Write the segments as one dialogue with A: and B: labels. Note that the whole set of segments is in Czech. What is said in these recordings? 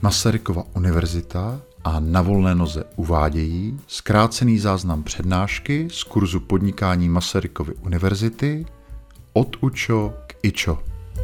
A: Masarykova univerzita a Na volné noze uvádějí zkrácený záznam přednášky z kurzu podnikání Masarykovy univerzity Od učo k ičo.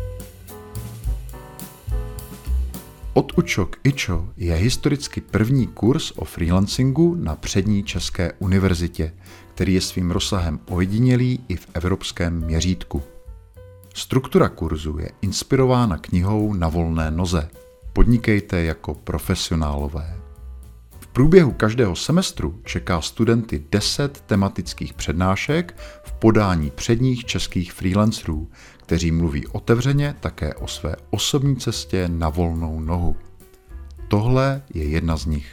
A: Od učo k ičo je historicky první kurz o freelancingu na přední české univerzitě, který je svým rozsahem ojedinělý i v evropském měřítku. Struktura kurzu je inspirována knihou Na volné noze. Podnikejte jako profesionálové. V průběhu každého semestru čeká studenty 10 tematických přednášek v podání předních českých freelancerů, kteří mluví otevřeně také o své osobní cestě na volnou nohu. Tohle je jedna z nich.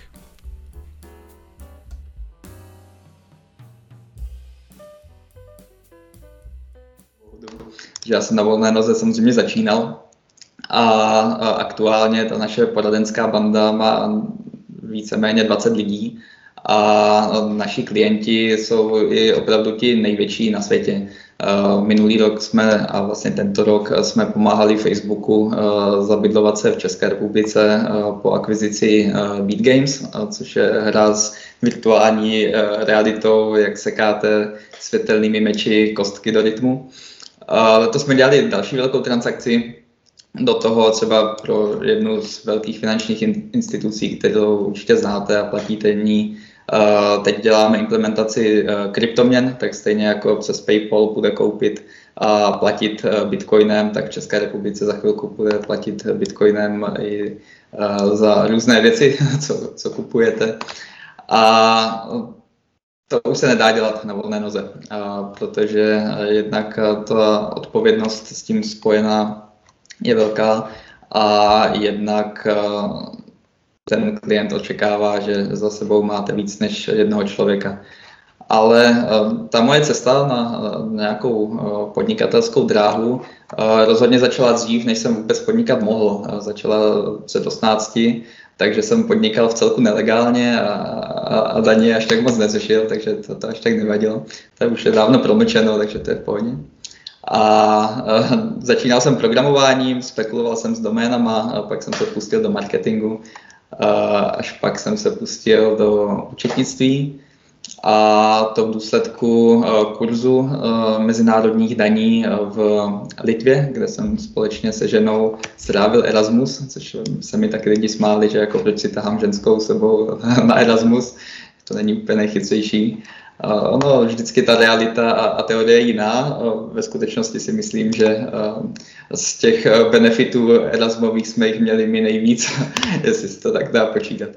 B: Já jsem na volné noze samozřejmě začínal a aktuálně ta naše poradenská banda má víceméně 20 lidí a naši klienti jsou i opravdu ti největší na světě. Minulý rok a vlastně tento rok jsme pomáhali Facebooku zabydlovat se v České republice po akvizici Beat Games, což je hra s virtuální realitou, jak sekáte světelnými meči kostky do rytmu. Letos jsme dělali další velkou transakci, do toho třeba pro jednu z velkých finančních institucí, kterou určitě znáte a platíte ní. Teď děláme implementaci kryptoměn, tak stejně jako přes PayPal bude koupit a platit bitcoinem, tak v České republice za chvilku bude platit bitcoinem i za různé věci, co kupujete. A to už se nedá dělat na volné noze, protože jednak ta odpovědnost s tím spojená je velká a jednak ten klient očekává, že za sebou máte víc než jednoho člověka. Ale ta moje cesta na nějakou podnikatelskou dráhu rozhodně začala dřív, než jsem vůbec podnikat mohl. Začala před 18, takže jsem podnikal v celku nelegálně a daně až tak moc neřešil, takže to až tak nevadilo. To už je dávno promlčeno, takže to je v pohodě. A začínal jsem programováním, spekuloval jsem s doménama, a pak jsem se pustil do marketingu, až pak jsem se pustil do účetnictví a to v důsledku kurzu mezinárodních daní v Litvě, kde jsem společně se ženou strávil Erasmus, což se mi taky lidi smáli, že jako proč si tahám ženskou sebou na Erasmus, to není úplně nejchytřejší. Ono, vždycky ta realita a teorie je jiná. Ve skutečnosti si myslím, že z těch benefitů Erasmových jsme jich měli my nejvíc, jestli se to tak dá počítat.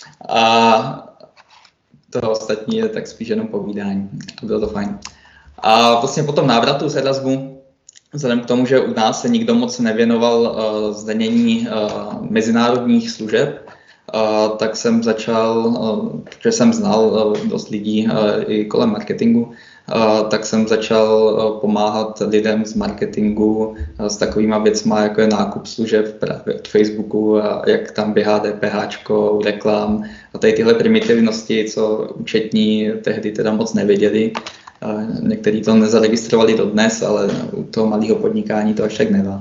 B: A to ostatní je tak spíš jenom povídání. Bylo to fajn. A vlastně po tom návratu z Erasmu, vzhledem k tomu, že u nás se nikdo moc nevěnoval zdanění mezinárodních služeb, tak jsem začal, protože jsem znal dost lidí i kolem marketingu, tak jsem začal pomáhat lidem z marketingu s takovýma věcma, jako je nákup služeb právě od Facebooku, a jak tam běhá DPHčko, reklam a tady tyhle primitivnosti, co účetní tehdy teda moc nevěděli. Někteří to nezaregistrovali dodnes, ale u toho malého podnikání to až tak nevá.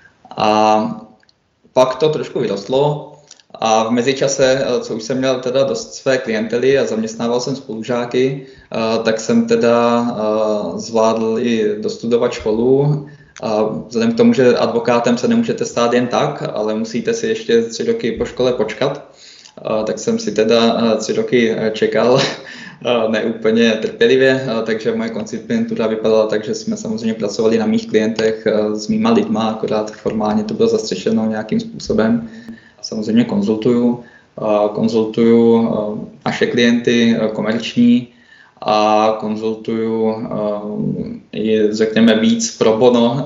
B: A pak to trošku vyrostlo. A v mezičase, co už jsem měl teda dost své klientely a zaměstnával jsem spolužáky, tak jsem teda zvládl i dostudovat školu. A vzhledem k tomu, že advokátem se nemůžete stát jen tak, ale musíte si ještě 3 roky po škole počkat, tak jsem si teda 3 roky čekal, ne úplně trpělivě, takže moje koncipientura vypadala tak, že jsme samozřejmě pracovali na mých klientech s mýma lidma, akorát formálně to bylo zastřešeno nějakým způsobem. Samozřejmě konzultuju naše klienty komerční a konzultuju i řekněme víc pro bono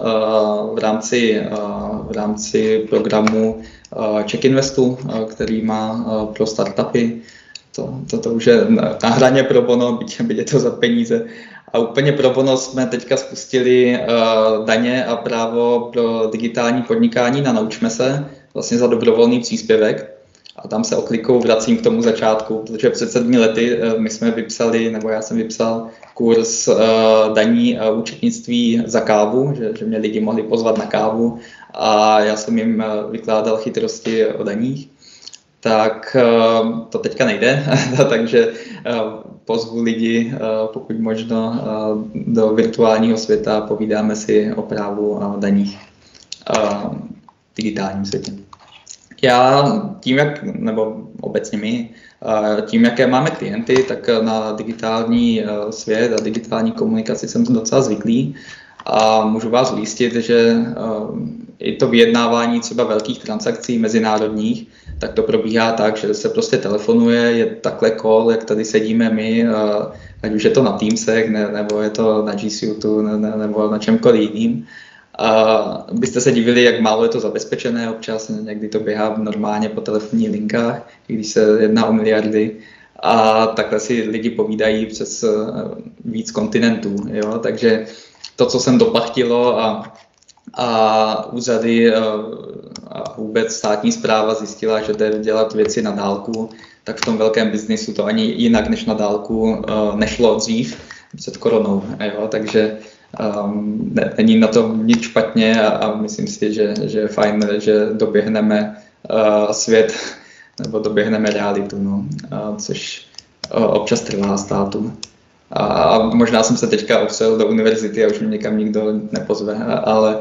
B: v rámci programu Czech Investu, který má pro startupy. To už je na hraně pro bono, byť je to za peníze. A úplně pro bono jsme teďka spustili daně a právo pro digitální podnikání na Naučme se, vlastně za dobrovolný příspěvek. A tam se oklikou vracím k tomu začátku, protože před 7 lety my jsme vypsali, nebo já jsem vypsal kurz daní a účetnictví za kávu, že mě lidi mohli pozvat na kávu a já jsem jim vykládal chytrosti o daních. tak to teďka nejde, takže pozvu lidi, pokud možno, do virtuálního světa, povídáme si o právu a daních v digitálním světě. Já tím, nebo obecně my, tím, jaké máme klienty, tak na digitální svět a digitální komunikaci jsem docela zvyklý a můžu vás ujistit, že i to vyjednávání třeba velkých transakcí mezinárodních, tak to probíhá tak, že se prostě telefonuje, je takhle call, jak tady sedíme my, ať už je to na Teamsech, nebo je to na G Suite, nebo na čemkoliv jiným. Byste se divili, jak málo je to zabezpečené, občas někdy to běhá normálně po telefonních linkách, když se jedná o miliardy. A takhle si lidi povídají přes víc kontinentů. Jo? Takže to, co jsem doplachtilo a úřady a vůbec státní správa zjistila, že jde dělat věci na dálku, tak v tom velkém biznisu to ani jinak než na dálku nešlo dřív před koronou. Jo? Takže není na tom nic špatně a myslím si, že je fajn, že doběhneme svět nebo doběhneme realitu, no, což občas trvá státu. A možná jsem se teďka opřel do univerzity a už mě někam nikdo nepozve, ale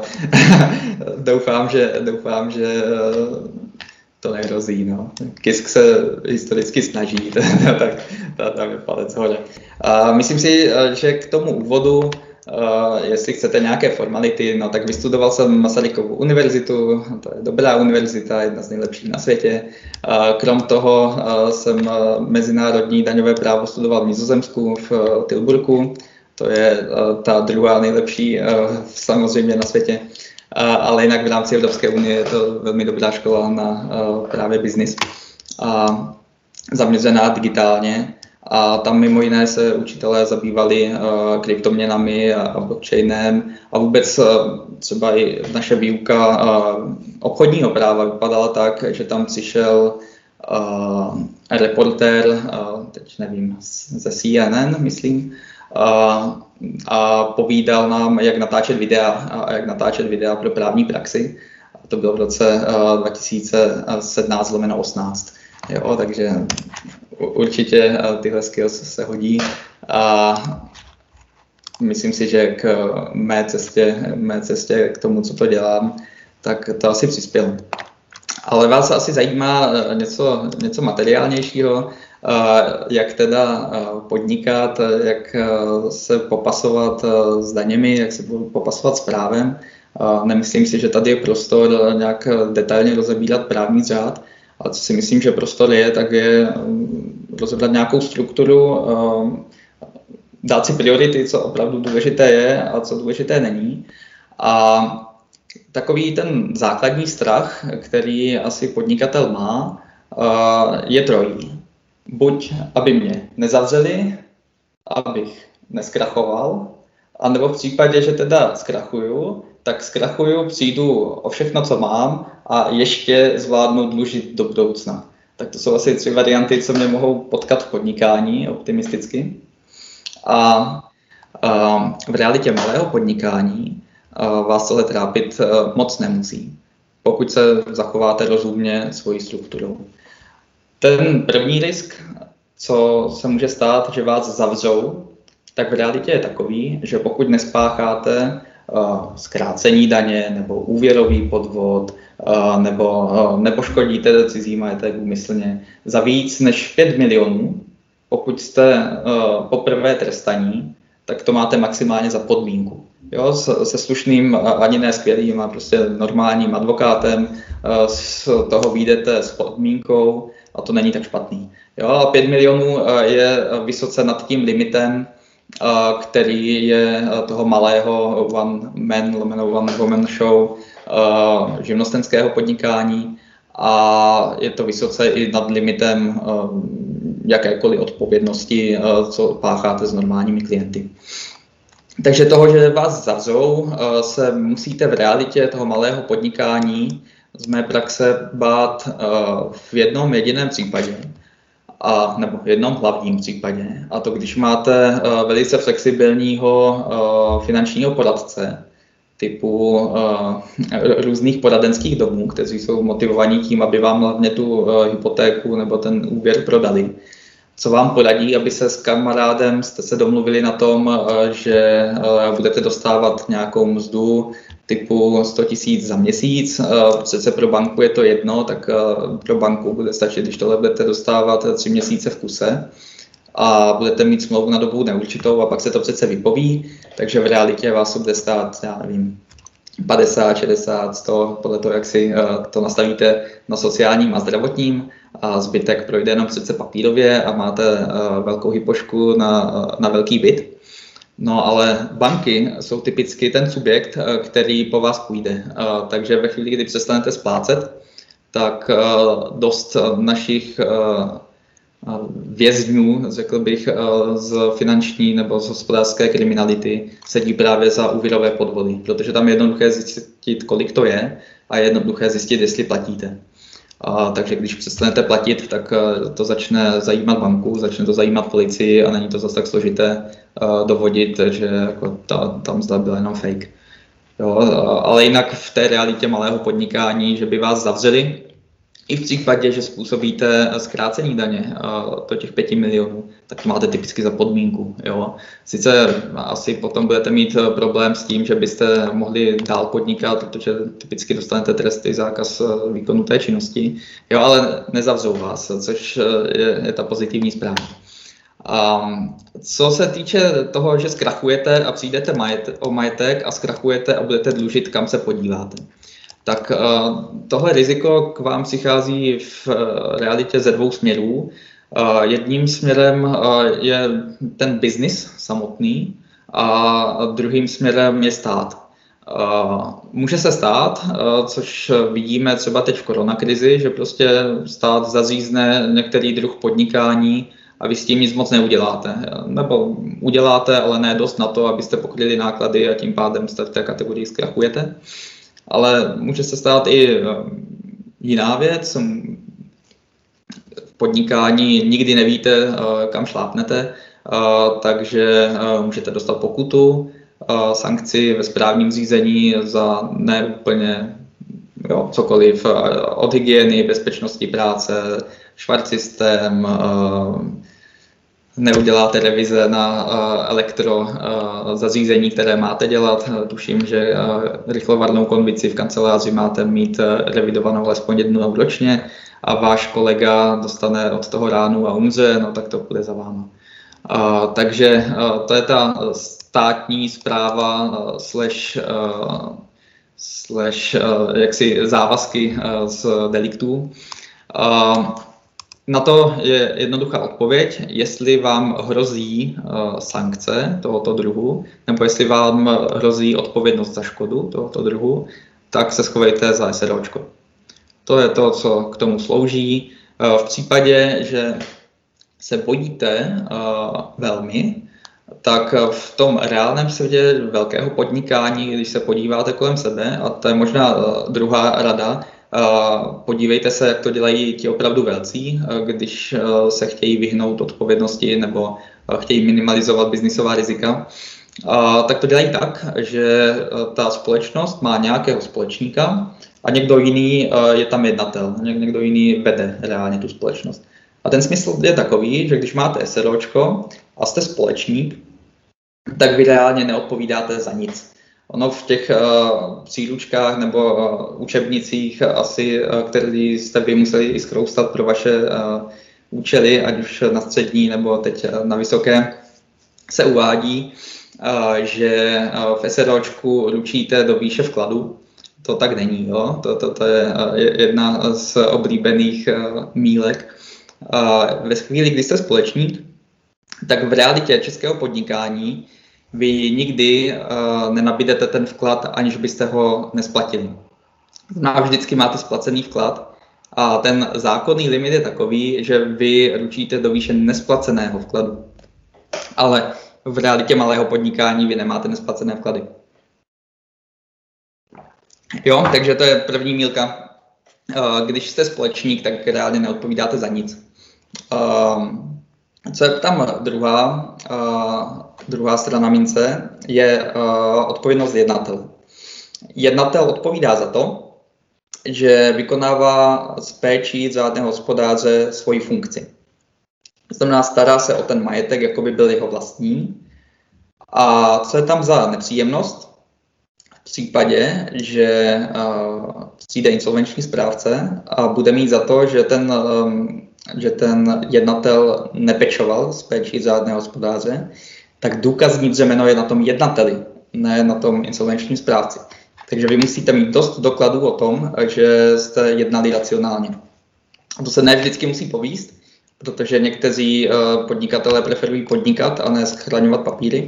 B: doufám, že to nehrozí. No. KISK se historicky snaží, tak tam je palec hore. A myslím si, že k tomu úvodu, jestli chcete nějaké formality, no tak vystudoval jsem Masarykovu univerzitu, to je dobrá univerzita, jedna z nejlepších na světě. Krom toho jsem mezinárodní daňové právo studoval v Nizozemsku, v Tilburgu, to je ta druhá nejlepší samozřejmě na světě, ale jinak v rámci Evropské unie je to velmi dobrá škola na právě biznis, zaměřená digitálně. A tam mimo jiné se učitelé zabývali kryptoměnami a blockchainem a vůbec třeba i naše výuka obchodního práva vypadala tak, že tam přišel reportér, teď nevím, ze CNN, myslím, a povídal nám, jak natáčet videa pro právní praxi. A to bylo v roce 2017/18. Jo, takže určitě tyhle skills se hodí a myslím si, že k mé cestě k tomu, co to dělám, tak to asi přispělo. Ale vás asi zajímá něco materiálnějšího, jak teda podnikat, jak se popasovat s daněmi, jak se popasovat s právem. Nemyslím si, že tady je prostor nějak detailně rozebírat právní řád, a co si myslím, že prostor je, tak je rozebrat nějakou strukturu, dát si priority, co opravdu důležité je a co důležité není. A takový ten základní strach, který asi podnikatel má, je trojí. Buď aby mě nezavřeli, abych neskrachoval, anebo v případě, že teda zkrachuju, tak zkrachuju, přijdu o všechno, co mám a ještě zvládnu dlužit do budoucna. Tak to jsou asi 3 varianty, co mě mohou potkat v podnikání, optimisticky. A v realitě malého podnikání vás tohle trápit moc nemusí, pokud se zachováte rozumně svojí strukturou. Ten první risk, co se může stát, že vás zavřou, tak v realitě je takový, že pokud nespácháte zkrácení daně nebo úvěrový podvod nebo nepoškodíte cizí majetek úmyslně za víc než 5 milionů, pokud jste poprvé trestaní, tak to máte maximálně za podmínku. Jo, se slušným, ani ne skvělým, a prostě normálním advokátem z toho vyjdete s podmínkou a to není tak špatný. Jo, a 5 milionů je vysoce nad tím limitem, který je toho malého one man, one woman show živnostenského podnikání a je to vysoce i nad limitem jakékoliv odpovědnosti, co pácháte s normálními klienty. Takže toho, že vás zavřou, se musíte v realitě toho malého podnikání z mé praxe bát v jednom jediném případě, nebo v jednom hlavním případě. A to, když máte velice flexibilního finančního poradce, typu různých poradenských domů, kteří jsou motivovaní tím, aby vám hlavně tu hypotéku nebo ten úvěr prodali. Co vám poradí, aby se s kamarádem jste se domluvili na tom, že budete dostávat nějakou mzdu typu 100 000 za měsíc. Přece pro banku je to jedno, tak pro banku bude stačit, když tohle budete dostávat 3 měsíce v kuse a budete mít smlouvu na dobu neurčitou a pak se to přece vypoví, takže v realitě vás to bude stát, já nevím, 50, 60, 100, podle toho, jak si to nastavíte na sociálním a zdravotním, a zbytek projde jenom přece papírově a máte velkou hypošku na velký byt. No ale banky jsou typicky ten subjekt, který po vás půjde. Takže ve chvíli, kdy přestanete splácet, tak dost našich vězňů, řekl bych, z finanční nebo z hospodářské kriminality sedí právě za úvěrové podvody, protože tam je jednoduché zjistit, kolik to je a je jednoduché zjistit, jestli platíte. Takže když přestanete platit, tak to začne zajímat banku, začne to zajímat policii a není to zase tak složité dovodit, že jako ta mzda byla jenom fake. Jo, ale jinak v té realitě malého podnikání, že by vás zavřeli, i v případě, že způsobíte zkrácení daně do těch 5 milionů, tak máte typicky za podmínku. Jo. Sice asi potom budete mít problém s tím, že byste mohli dál podnikat, protože typicky dostanete tresty, zákaz výkonu té činnosti, jo, ale nezavřou vás, což je ta pozitivní zpráva. Co se týče toho, že zkrachujete a přijdete o majetek a zkrachujete a budete dlužit, kam se podíváte. Tak tohle riziko k vám přichází v realitě ze 2 směrů. Jedním směrem je ten biznis samotný a druhým směrem je stát. Může se stát, což vidíme třeba teď v koronakrizi, že prostě stát zařízne některý druh podnikání a vy s tím nic moc neuděláte. Nebo uděláte, ale ne dost na to, abyste pokryli náklady a tím pádem jste v té kategorii zkrachujete. Ale může se stát i jiná věc. V podnikání nikdy nevíte, kam šlápnete, takže můžete dostat pokutu, sankci ve správním řízení za neúplně cokoliv, od hygieny, bezpečnosti práce, švart systém, neuděláte revize na elektrozařízení, které máte dělat. Tuším, že rychlovarnou konvici v kanceláři máte mít revidovanou alespoň 1 ročně a váš kolega dostane od toho ránu a umře, no tak to bude za váma. Takže to je ta státní správa slash jaksi závazky z deliktů. Na to je jednoduchá odpověď, jestli vám hrozí sankce tohoto druhu, nebo jestli vám hrozí odpovědnost za škodu tohoto druhu, tak se schovejte za SROčko. To je to, co k tomu slouží. V případě, že se bojíte velmi, tak v tom reálném světě velkého podnikání, když se podíváte kolem sebe, a to je možná druhá rada, podívejte se, jak to dělají ti opravdu velcí, když se chtějí vyhnout odpovědnosti nebo chtějí minimalizovat biznisová rizika. Tak to dělají tak, že ta společnost má nějakého společníka a někdo jiný je tam jednatel, někdo jiný vede reálně tu společnost. A ten smysl je takový, že když máte SROčko a jste společník, tak vy reálně neodpovídáte za nic. Ono v těch příručkách nebo učebnicích asi, které jste by museli i zkroustat pro vaše účely, ať už na střední nebo teď na vysoké, se uvádí, že v SROčku ručíte do výše vkladu. To tak není, jo? To je jedna z oblíbených mýlek. Ve chvíli, kdy jste společník, tak v realitě českého podnikání vy nikdy nenabídete ten vklad, aniž byste ho nesplatili. Vždycky máte splacený vklad a ten zákonný limit je takový, že vy ručíte do výše nesplaceného vkladu. Ale v realitě malého podnikání vy nemáte nesplacené vklady. Jo, takže to je první mýlka. Když jste společník, tak reálně neodpovídáte za nic. Co je tam druhá strana mince, je odpovědnost jednatele. Jednatel odpovídá za to, že vykonává s péčí řádného hospodáře svoji funkci. To znamená, stará se o ten majetek, jako by byl jeho vlastní. A co je tam za nepříjemnost? V případě, že přijde insolvenční správce a bude mít za to, že ten jednatel nepečoval s péčí řádného hospodáře, tak důkazní břemeno je na tom jednateli, ne na tom insolvenčním správci. Takže vy musíte mít dost dokladů o tom, že jste jednali racionálně. A to se ne vždycky musí povíst, protože někteří podnikatelé preferují podnikat a ne schraňovat papíry.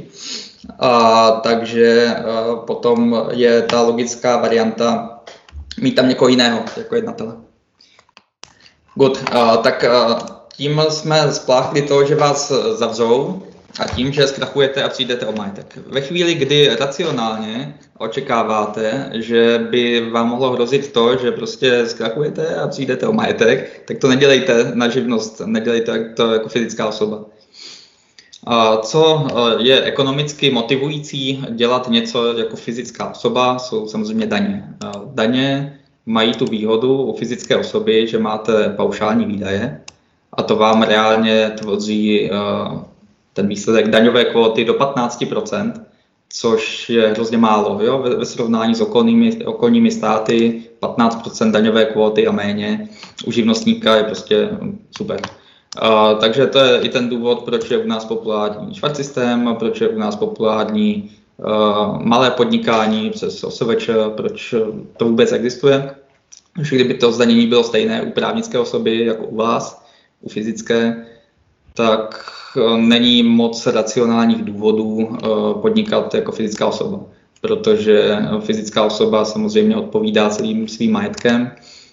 B: Takže potom je ta logická varianta mít tam někoho jiného jako jednatele. Good. Tak tím jsme spláchli to, že vás zavřou a tím, že zkrachujete a přijdete o majetek. Ve chvíli, kdy racionálně očekáváte, že by vám mohlo hrozit to, že prostě zkrachujete a přijdete o majetek, tak to nedělejte na živnost, nedělejte to jako fyzická osoba. Co je ekonomicky motivující dělat něco jako fyzická osoba, jsou samozřejmě daně. Daně mají tu výhodu u fyzické osoby, že máte paušální výdaje a to vám reálně tvoří ten výsledek daňové kvóty do 15%, což je hrozně málo. Jo? Ve srovnání s okolními státy 15% daňové kvóty a méně u živnostníka je prostě super. Takže to je i ten důvod, proč je u nás populární švarcsystém, proč je u nás populární malé podnikání přes OSVČ, proč to vůbec existuje. Už kdyby to zdanění bylo stejné u právnické osoby jako u vás, u fyzické, tak není moc racionálních důvodů podnikat jako fyzická osoba, protože fyzická osoba samozřejmě odpovídá celým svým majetkem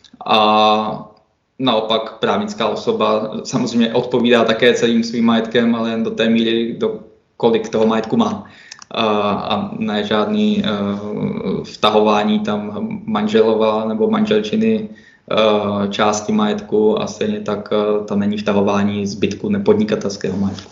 B: a naopak právnická osoba samozřejmě odpovídá také celým svým majetkem, ale jen do té míry, kolik toho majetku má. A ne žádný vtahování tam manželova nebo manželčiny části majetku a stejně tak tam není vtahování zbytku nepodnikatelského majetku.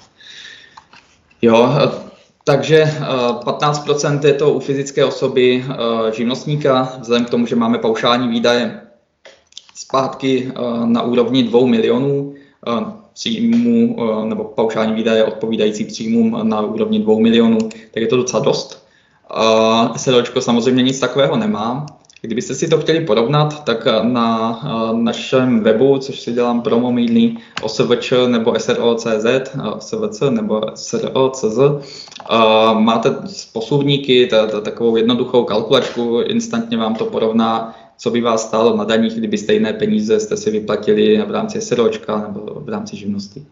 B: Jo, takže 15% je to u fyzické osoby živnostníka, vzhledem k tomu, že máme paušální výdaje zpátky na úrovni 2 milionů příjmů nebo paušální výdaje odpovídající příjmům na úrovni 2 milionů, tak je to docela dost. SROčko samozřejmě nic takového nemá. Kdybyste si to chtěli porovnat, tak na našem webu, což si dělám promo mýdný, OSVČ nebo SRO.cz, OSVC nebo SRO.cz, máte posuvníky, takovou jednoduchou kalkulačku, instantně vám to porovná, co by vás stálo na daních, kdyby stejné peníze jste si vyplatili v rámci SROčka nebo v rámci živnosti.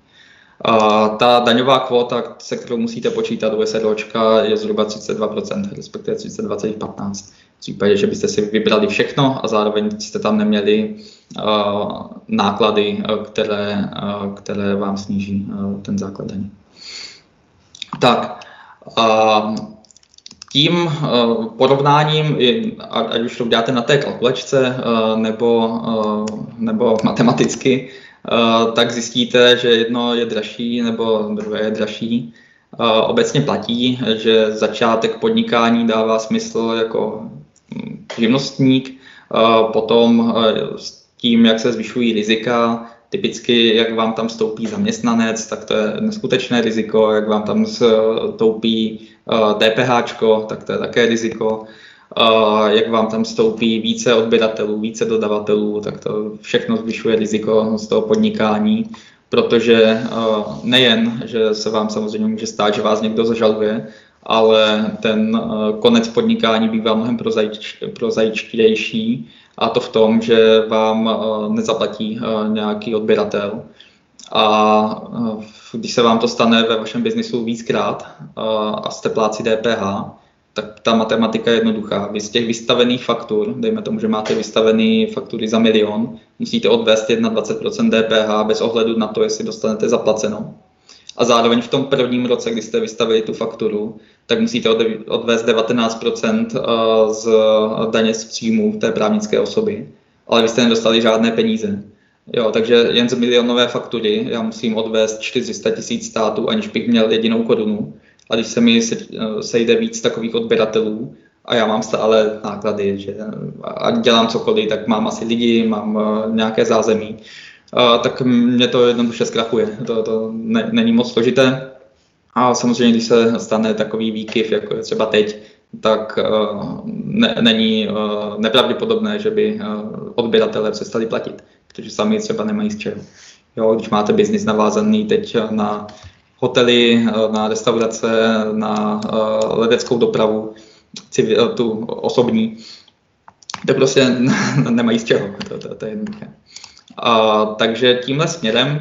B: Ta daňová kvóta, se kterou musíte počítat u SROčka, je zhruba 32%, respektive 32,15%. V případě, že byste si vybrali všechno a zároveň jste tam neměli náklady, které vám sníží ten základ daně. Tak, tím porovnáním, ať už to uděláte na té kalkulačce nebo matematicky, tak zjistíte, že jedno je dražší nebo druhé je dražší. Obecně platí, že začátek podnikání dává smysl jako živnostník, potom s tím, jak se zvyšují rizika, typicky, jak vám tam stoupí zaměstnanec, tak to je neskutečné riziko, jak vám tam stoupí DPHčko, tak to je také riziko, jak vám tam stoupí více odběratelů, více dodavatelů, tak to všechno zvyšuje riziko z toho podnikání, protože nejen, že se vám samozřejmě může stát, že vás někdo zažaluje, ale ten konec podnikání bývá mnohem prozaičtější, a to v tom, že vám nezaplatí nějaký odběratel. A když se vám to stane ve vašem biznisu víckrát a jste plátci DPH, tak ta matematika je jednoduchá. Vy z těch vystavených faktur, dejme tomu, že máte vystavený faktury za 1 000 000, musíte odvést 21% DPH bez ohledu na to, jestli dostanete zaplaceno. A zároveň v tom prvním roce, kdy jste vystavili tu fakturu, tak musíte odvést 19% z daně z příjmu té právnické osoby. Ale vy jste nedostali žádné peníze. Jo, takže jen z milionové faktury já musím odvést 400 000 států, aniž bych měl jedinou korunu. A když se mi sejde víc takových odběratelů a já mám stále náklady, že a dělám cokoliv, tak mám asi lidi, mám nějaké zázemí, tak mě to jednoduše zkrachuje. To není moc složité. A samozřejmě, když se stane takový výkyv, jako je třeba teď, tak není nepravděpodobné, že by odběratelé přestali platit, protože sami třeba nemají z čeho. Jo, když máte biznis navázaný teď na hotely, na restaurace, na leteckou dopravu, tu osobní, to prostě nemají z čeho, to je jednoduché. Takže tímhle směrem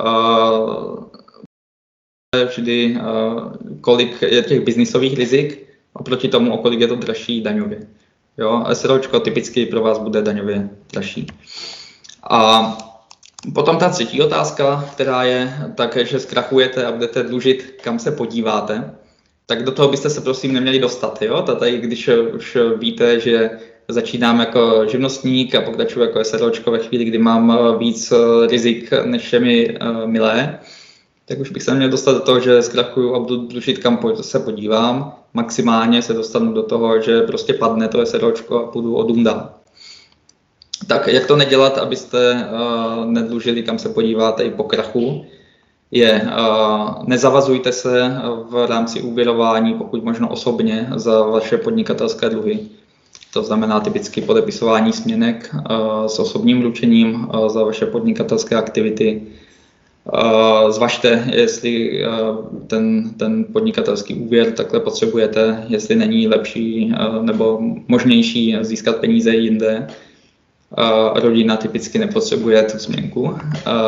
B: vždy, kolik je těch biznisových rizik oproti tomu, o kolik je to dražší daňově. Jo, SROčko typicky pro vás bude daňově dražší. A potom ta třetí otázka, která je tak, že zkrachujete a budete dlužit, kam se podíváte, tak do toho byste se prosím neměli dostat. Jo? Tady, když už víte, že začínám jako živnostník a pokračuji jako SROčko ve chvíli, kdy mám víc rizik, než je mi milé, tak už bych se měl dostat do toho, že zkrachuju a budu dlužit, kam se podívám. Maximálně se dostanu do toho, že prostě padne to SROčko a půjdu od dál. Tak jak to nedělat, abyste nedlužili, kam se podíváte i po krachu, je nezavazujte se v rámci úvěrování, pokud možno osobně, za vaše podnikatelské dluhy. To znamená typicky podepisování směnek s osobním ručením za vaše podnikatelské aktivity. Zvažte, jestli ten podnikatelský úvěr takhle potřebujete, jestli není lepší nebo možnější získat peníze jinde. Rodina typicky nepotřebuje tu směnku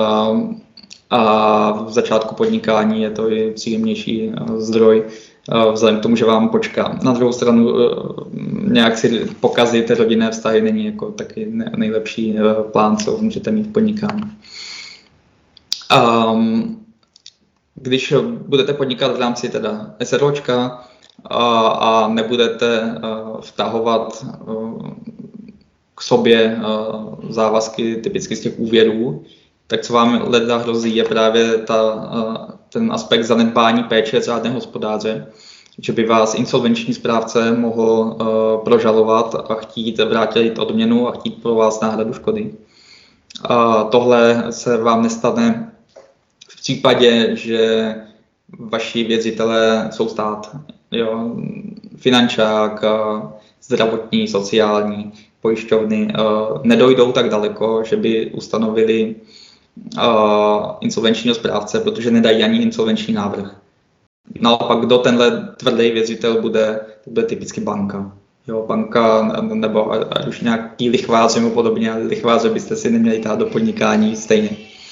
B: a v začátku podnikání je to i příjemnější zdroj vzhledem k tomu, že vám počká. Na druhou stranu nějak si pokazit rodinné vztahy není jako taky nejlepší plán, co můžete mít v podnikání. Když budete podnikat v rámci teda SROčka a nebudete vtahovat k sobě závazky typicky z těch úvěrů, tak co vám leda hrozí, je právě ten aspekt zanedbání péče řádného hospodáře, že by vás insolvenční správce mohl prožalovat a chtít vrátit odměnu a chtít po vás náhradu škody. Tohle se vám nestane v případě, že vaši věřitelé jsou stát, jo, finančák, zdravotní, sociální, pojišťovny nedojdou tak daleko, že by ustanovili insolvenčního správce, protože nedají ani insolvenční návrh. Naopak, kdo tenhle tvrdý věřitel bude, to bude typicky banka. Jo, banka nebo ať už nějaký lichvář nebo podobně, ale lichváře byste si neměli tát do podnikání stejně.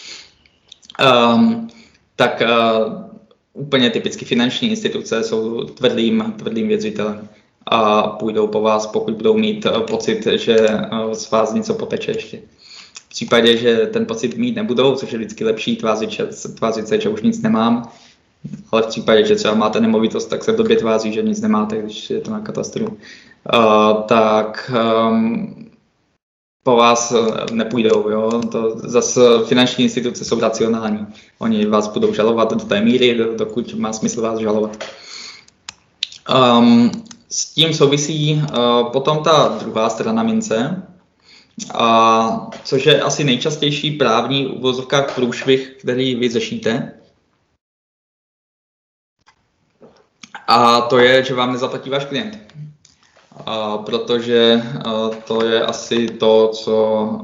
B: Úplně typicky finanční instituce jsou tvrdým věřitelem a půjdou po vás, pokud budou mít pocit, že z vás něco poteče ještě. V případě, že ten pocit mít nebudou, což je vždycky lepší, tvářit se, že už nic nemám, ale v případě, že třeba máte nemovitost, tak se v době tváří, že nic nemáte, když je to na katastru, tak po vás nepůjdou. Jo? Zase finanční instituce jsou racionální. Oni vás budou žalovat do té míry, dokud má smysl vás žalovat. S tím souvisí potom ta druhá strana mince, což je asi nejčastější právní uvozovkách průšvih, který vy řešíte. A to je, že vám nezaplatí váš klient. Protože to je asi to, co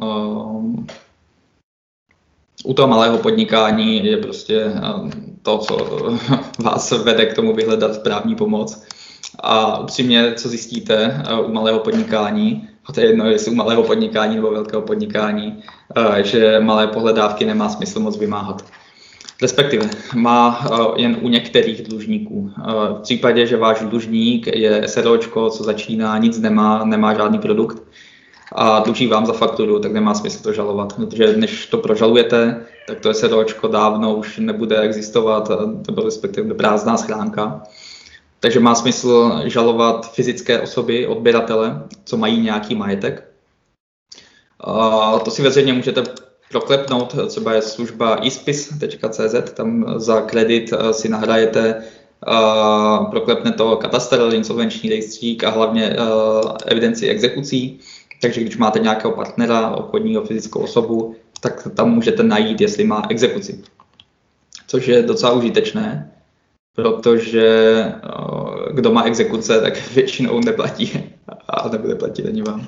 B: u toho malého podnikání je prostě to, co vás vede k tomu vyhledat právní pomoc. A upřímně, co zjistíte u malého podnikání, a to je jedno, jestli u malého podnikání nebo velkého podnikání, že malé pohledávky nemá smysl moc vymáhat. Respektive má jen u některých dlužníků. V případě, že váš dlužník je SROčko, co začíná, nic nemá žádný produkt a dluží vám za fakturu, tak nemá smysl to žalovat. Protože než to prožalujete, tak to SROčko dávno už nebude existovat, to byla respektive prázdná schránka. Takže má smysl žalovat fyzické osoby, odběratele, co mají nějaký majetek. To si veřejně můžete proklepnout, třeba je služba ispis.cz, tam za kredit si nahrajete proklepne to katastr, insolvenční rejstřík a hlavně evidenci exekucí. Takže když máte nějakého partnera, obchodního fyzickou osobu, tak tam můžete najít, jestli má exekuci. Což je docela užitečné, protože kdo má exekuce, tak většinou neplatí a nebude platit ani vám.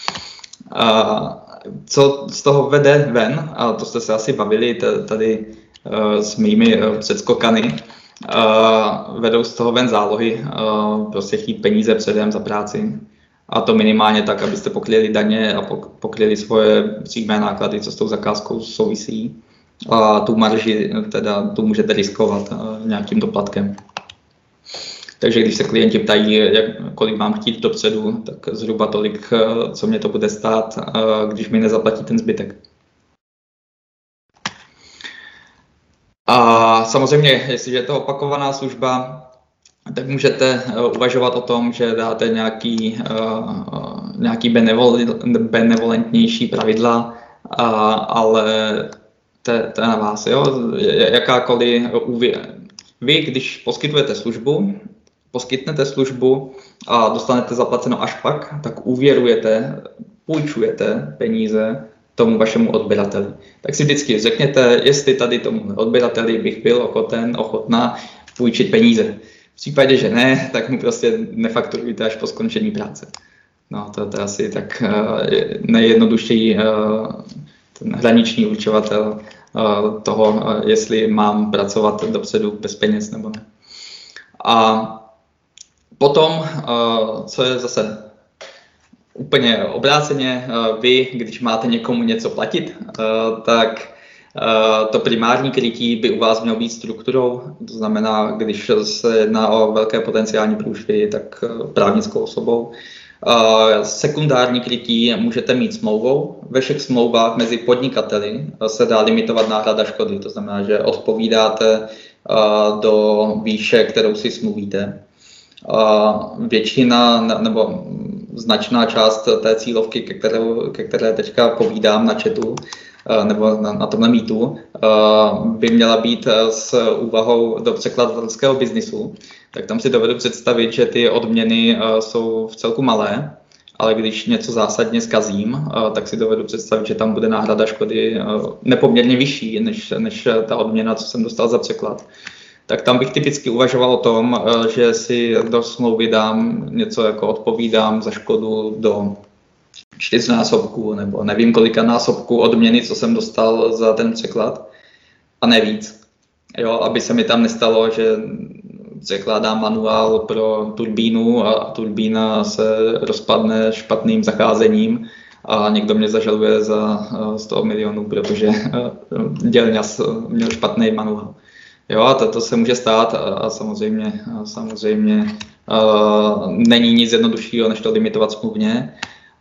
B: Co z toho vede ven, a to jste se asi bavili tady s mými předskokany, vedou z toho ven zálohy, prostě chtít peníze předem za práci. A to minimálně tak, abyste pokryli daně a pokryli svoje přímé náklady, co s tou zakázkou souvisí. A tu marži teda tu můžete riskovat nějakým doplatkem. Takže když se klienti ptají, kolik mám chtít dopředu, tak zhruba tolik, co mě to bude stát, když mi nezaplatí ten zbytek. A samozřejmě, jestliže je to opakovaná služba, tak můžete uvažovat o tom, že dáte nějaký benevolentnější pravidla, ale to je na vás. Jo? Jakákoliv vy, když poskytnete službu a dostanete zaplaceno až pak, tak půjčujete peníze tomu vašemu odběrateli. Tak si vždycky řekněte, jestli tady tomu odběrateli bych byl ochotná půjčit peníze. V případě, že ne, tak mu prostě nefakturujte až po skončení práce. No, to je asi tak nejjednodušší ten hraniční určovatel toho, jestli mám pracovat dopředu bez peněz nebo ne. A potom, co je zase úplně obráceně, vy, když máte někomu něco platit, tak to primární krytí by u vás mělo být strukturou, to znamená, když se jedná o velké potenciální průšvihy, tak právnickou osobou. Sekundární krytí můžete mít smlouvou. Ve všech smlouvách mezi podnikateli se dá limitovat náhrada škody, to znamená, že odpovídáte do výše, kterou si smluvíte. Většina nebo značná část té cílovky, ke které teďka povídám na chatu, nebo na tomhle mýtu, by měla být s úvahou do překladatelského biznisu, tak tam si dovedu představit, že ty odměny jsou v celku malé, ale když něco zásadně zkazím, tak si dovedu představit, že tam bude náhrada škody nepoměrně vyšší než ta odměna, co jsem dostal za překlad. Tak tam bych typicky uvažoval o tom, že si do smlouvy dám něco jako odpovídám za škodu do 4násobku nebo nevím kolika násobků odměny, co jsem dostal za ten překlad a ne víc. Jo, aby se mi tam nestalo, že překládám manuál pro turbínu a turbína se rozpadne špatným zacházením a někdo mě zažaluje za 100 milionů, protože dělňas měl špatný manuál. Jo, a to se může stát a samozřejmě není nic jednoduššího, než to limitovat smluvně.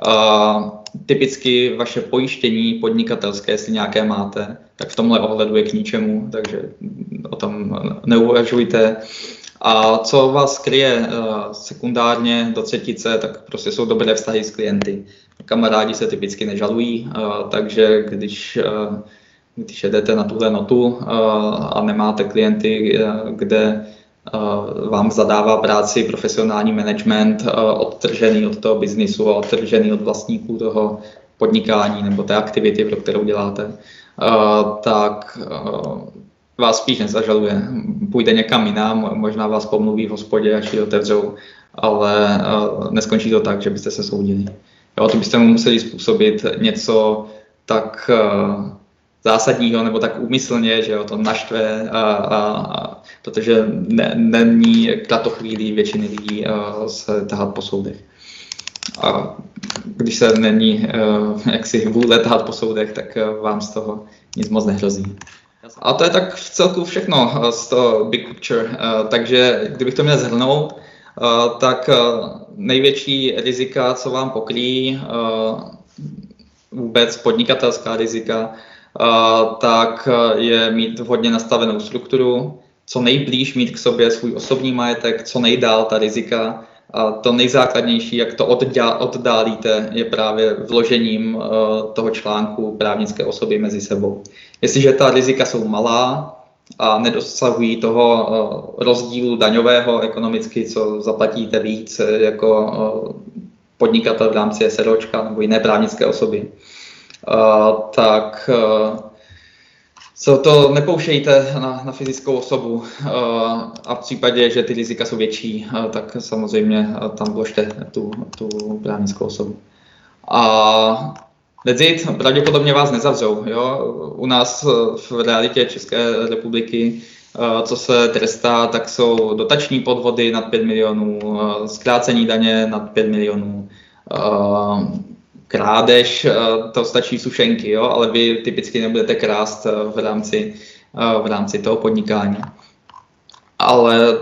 B: Typicky vaše pojištění podnikatelské, jestli nějaké máte, tak v tomhle ohledu je k ničemu, takže o tom neuvažujte. A co vás kryje sekundárně do třetice, tak prostě jsou dobré vztahy s klienty. Kamarádi se typicky nežalují, takže když jedete na tuhle notu a nemáte klienty, kde vám zadává práci profesionální management odtržený od toho biznisu a odtržený od vlastníků toho podnikání nebo té aktivity, pro kterou děláte, tak vás spíš nezažaluje. Půjde někam jinam, možná vás pomluví v hospodě, až ji otevřou, ale neskončí to tak, že byste se soudili. Jo, to byste mu museli způsobit něco tak zásadního nebo tak úmyslně, že jo, to naštve, protože není kratochvílí většiny lidí se tahat po soudech. A když se není jaksi vůle tahat po soudech, tak vám z toho nic moc nehrozí. A to je tak v celku všechno z toho big picture. Takže kdybych to měl shrnout, tak největší rizika, co vám pokryjí, vůbec podnikatelská rizika, tak je mít vhodně nastavenou strukturu, co nejblíž mít k sobě svůj osobní majetek, co nejdál ta rizika. A to nejzákladnější, jak to oddálíte, je právě vložením toho článku právnické osoby mezi sebou. Jestliže ta rizika jsou malá, a nedosahují toho rozdílu daňového ekonomicky, co zaplatíte víc jako podnikatel v rámci SROčka nebo jiné právnické osoby, tak co to nepouštějte na fyzickou osobu a v případě, že ty rizika jsou větší, tak samozřejmě tam vložte tu právnickou osobu. A that's it, pravděpodobně vás nezavřou. Jo? U nás v realitě České republiky, co se trestá, tak jsou dotační podvody nad 5 milionů, zkrácení daně nad 5 milionů, krádež, to stačí sušenky, jo? Ale vy typicky nebudete krást v rámci toho podnikání. Ale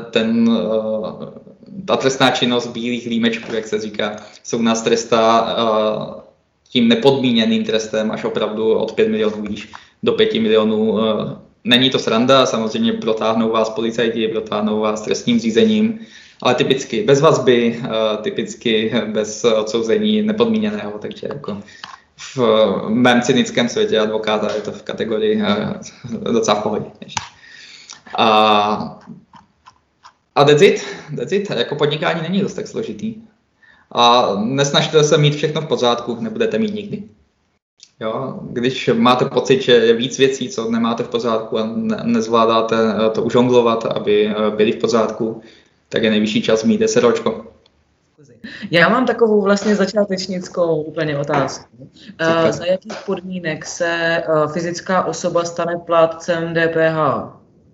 B: ta trestná činnost bílých límečků, jak se říká, se u nás trestá tím nepodmíněným trestem až opravdu od 5 milionů výš do 5 milionů. Není to sranda, samozřejmě protáhnou vás policajti, protáhnou vás trestním řízením, ale typicky bez vazby, typicky bez odsouzení nepodmíněného, takže jako v mém cynickém světě advokáta je to v kategorii docela v pohodě. A that's it. Jako podnikání není dost tak složitý. A nesnažte se mít všechno v pořádku, nebudete mít nikdy. Jo? Když máte pocit, že je víc věcí, co nemáte v pořádku a nezvládáte to užonglovat, aby byly v pořádku, tak je nejvyšší čas mít SROčko.
C: Já mám takovou vlastně začátečnickou úplně otázku. Za jakých podmínek se fyzická osoba stane plátcem DPH?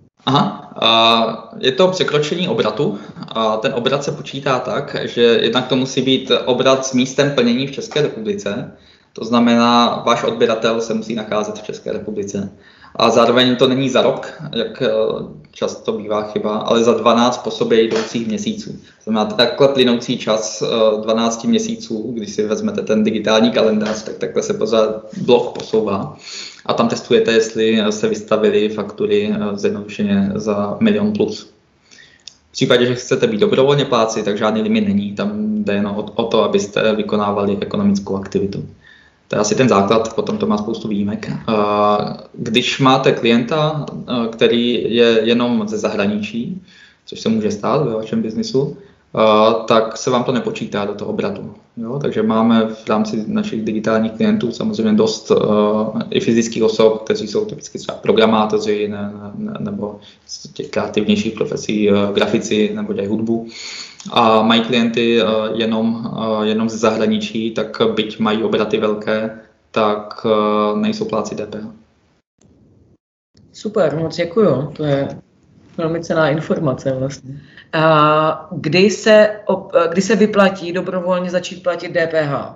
B: Je to překročení obratu a ten obrat se počítá tak, že jednak to musí být obrat s místem plnění v České republice, to znamená, váš odběratel se musí nacházet v České republice. A zároveň to není za rok, jak často bývá chyba, ale za 12 po sobě jdoucích měsíců. To znamená takhle plynoucí čas 12 měsíců, když si vezmete ten digitální kalendář, tak takhle se pořád blok posouvá. A tam testujete, jestli se vystavily faktury zjednodušeně za milion plus. V případě, že chcete být dobrovolně plátci, tak žádný limit není. Tam jde jen o to, abyste vykonávali ekonomickou aktivitu. To je asi ten základ, potom to má spoustu výjimek. Když máte klienta, který je jenom ze zahraničí, což se může stát ve vašem biznisu, tak se vám to nepočítá do toho obratu. Jo? Takže máme v rámci našich digitálních klientů samozřejmě dost i fyzických osob, kteří jsou typicky třeba programátoři nebo z těch kreativnějších profesí grafici nebo dělají hudbu. A mají klienty jenom ze zahraničí, tak byť mají obraty velké, tak nejsou plátci DPH.
C: Super, moc děkuju. To je velmi cenná informace vlastně. Kdy se vyplatí dobrovolně začít platit DPH?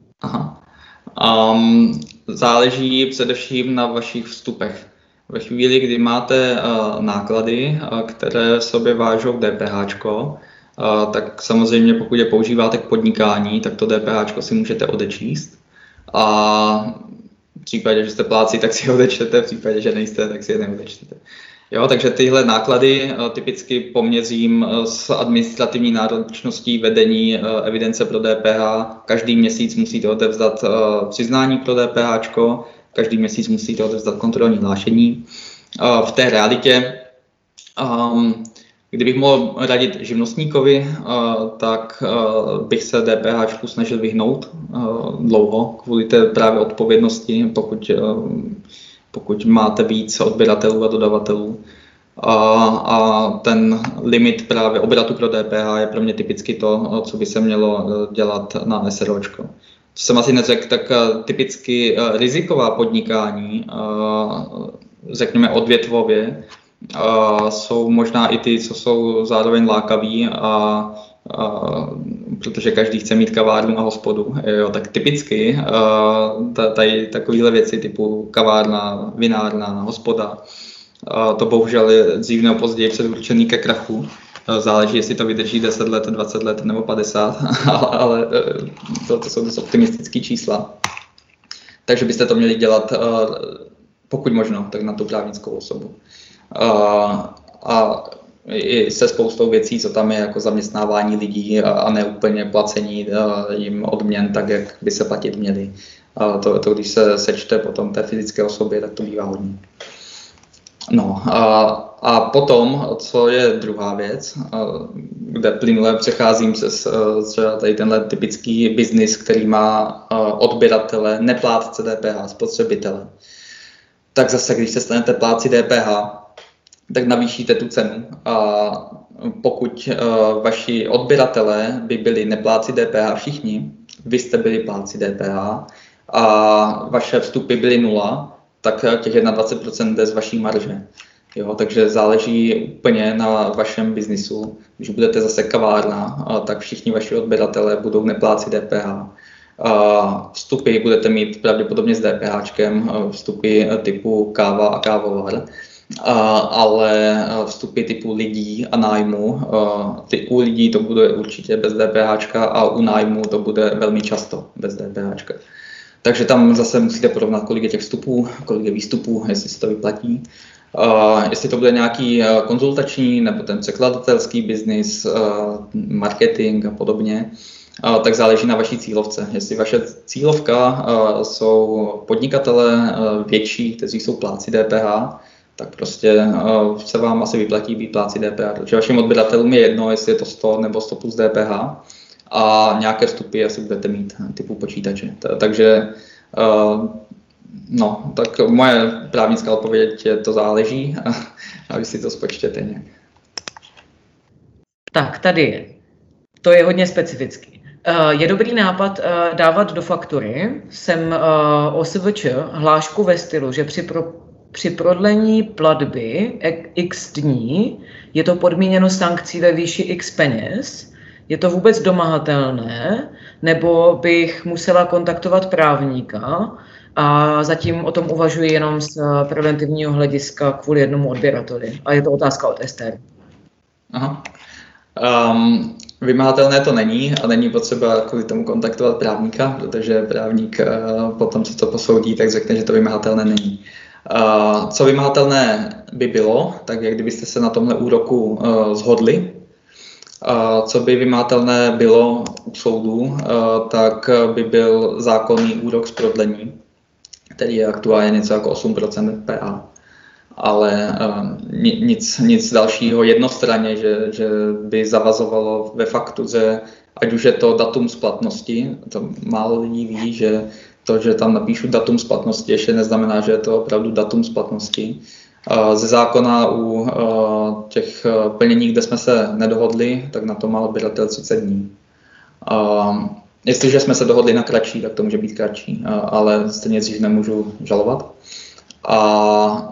B: Záleží především na vašich vstupech. Ve chvíli, kdy máte náklady, které v sobě vážou DPHčko, tak samozřejmě pokud je používáte k podnikání, tak to DPHčko si můžete odečíst. A v případě, že jste plátci, tak si ho odečtete, v případě, že nejste, tak si je neodečtete. Jo, takže tyhle náklady typicky poměřím s administrativní náročností vedení evidence pro DPH. Každý měsíc musíte odevzdat přiznání pro DPHčko, každý měsíc musíte odevzdat kontrolní hlášení. V té realitě, kdybych mohl radit živnostníkovi, tak bych se DPHčku snažil vyhnout dlouho kvůli té právě odpovědnosti, pokud máte víc odběratelů a dodavatelů. A ten limit právě obratu pro DPH je pro mě typicky to, co by se mělo dělat na SROčko. Co jsem asi neřekl, tak typicky riziková podnikání, řekněme odvětvově, jsou možná i ty, co jsou zároveň lákaví, protože každý chce mít kavárnu a hospodu. Jo, tak typicky tady takovéhle věci typu kavárna, vinárna, hospoda, to bohužel je dřív nebo později předurčený ke krachu. Záleží, jestli to vydrží 10 let, 20 let nebo 50, ale to jsou dost optimistické čísla. Takže byste to měli dělat, pokud možno, tak na tu právnickou osobu. A i se spoustou věcí, co tam je, jako zaměstnávání lidí a ne úplně placení jim odměn tak, jak by se platit měli. To když se sečte potom té fyzické osobě, tak to bývá hodně. No a potom, co je druhá věc, kde plynule přecházím třeba tady tenhle typický biznis, který má odběratele, neplátce DPH, spotřebitele. Tak zase, když se stanete plátci DPH, tak navýšíte tu cenu. A pokud vaši odběratelé by byli neplátci DPH všichni, vy jste byli plátci DPH a vaše vstupy byly 0, tak těch 21% jde z vaší marže. Jo, takže záleží úplně na vašem biznisu. Když budete zase kavárna, tak všichni vaši odběratelé budou neplátci DPH. Vstupy budete mít pravděpodobně s DPHčkem, vstupy typu káva a kávovar. Ale vstupy typu lidí a nájmu, u lidí to bude určitě bez DPH a u nájmu to bude velmi často bez DPH. Takže tam zase musíte porovnat, kolik je těch vstupů, kolik je výstupů, jestli se to vyplatí. Jestli to bude nějaký konzultační nebo ten překladatelský biznis, marketing a podobně, tak záleží na vaší cílovce. Jestli vaše cílovka jsou podnikatelé větší, kteří jsou plátci DPH, tak prostě se vám asi vyplatí být plátci DPH. Takže vašim odběratelům je jedno, jestli je to 100 nebo 100 plus DPH a nějaké vstupy asi budete mít typu počítače. Takže no, tak moje právnická odpověď je, to záleží a vy si to spočtěte nějak.
C: Tak, tady je. To je hodně specifický. Je dobrý nápad dávat do faktury sem OSVČ hlášku ve stylu, že při prodlení platby x dní je to podmíněno sankcí ve výši x peněz. Je to vůbec domahatelné, nebo bych musela kontaktovat právníka a zatím o tom uvažuji jenom z preventivního hlediska kvůli jednomu odběrateli. A je to otázka od Ester.
B: Aha. Vymahatelné to není a není potřeba kvůli tomu kontaktovat právníka, protože právník potom, co to posoudí, tak řekne, že to vymahatelné není. Co vymahatelné by bylo, tak jak kdybyste se na tomhle úroku shodli, co by vymahatelné bylo u soudu, tak by byl zákonný úrok z prodlení, který je aktuálně něco jako 8% PA. Ale nic dalšího jednostranně, že by zavazovalo ve faktuře, ať už je to datum splatnosti, to málo lidí ví, že to, že tam napíšu datum splatnosti, ještě neznamená, že je to opravdu datum splatnosti. Ze zákona u těch plnění, kde jsme se nedohodli, tak na to má odběratel 30 dní. Jestliže jsme se dohodli na kratší, tak to může být kratší, ale stejně dřív nemůžu žalovat. A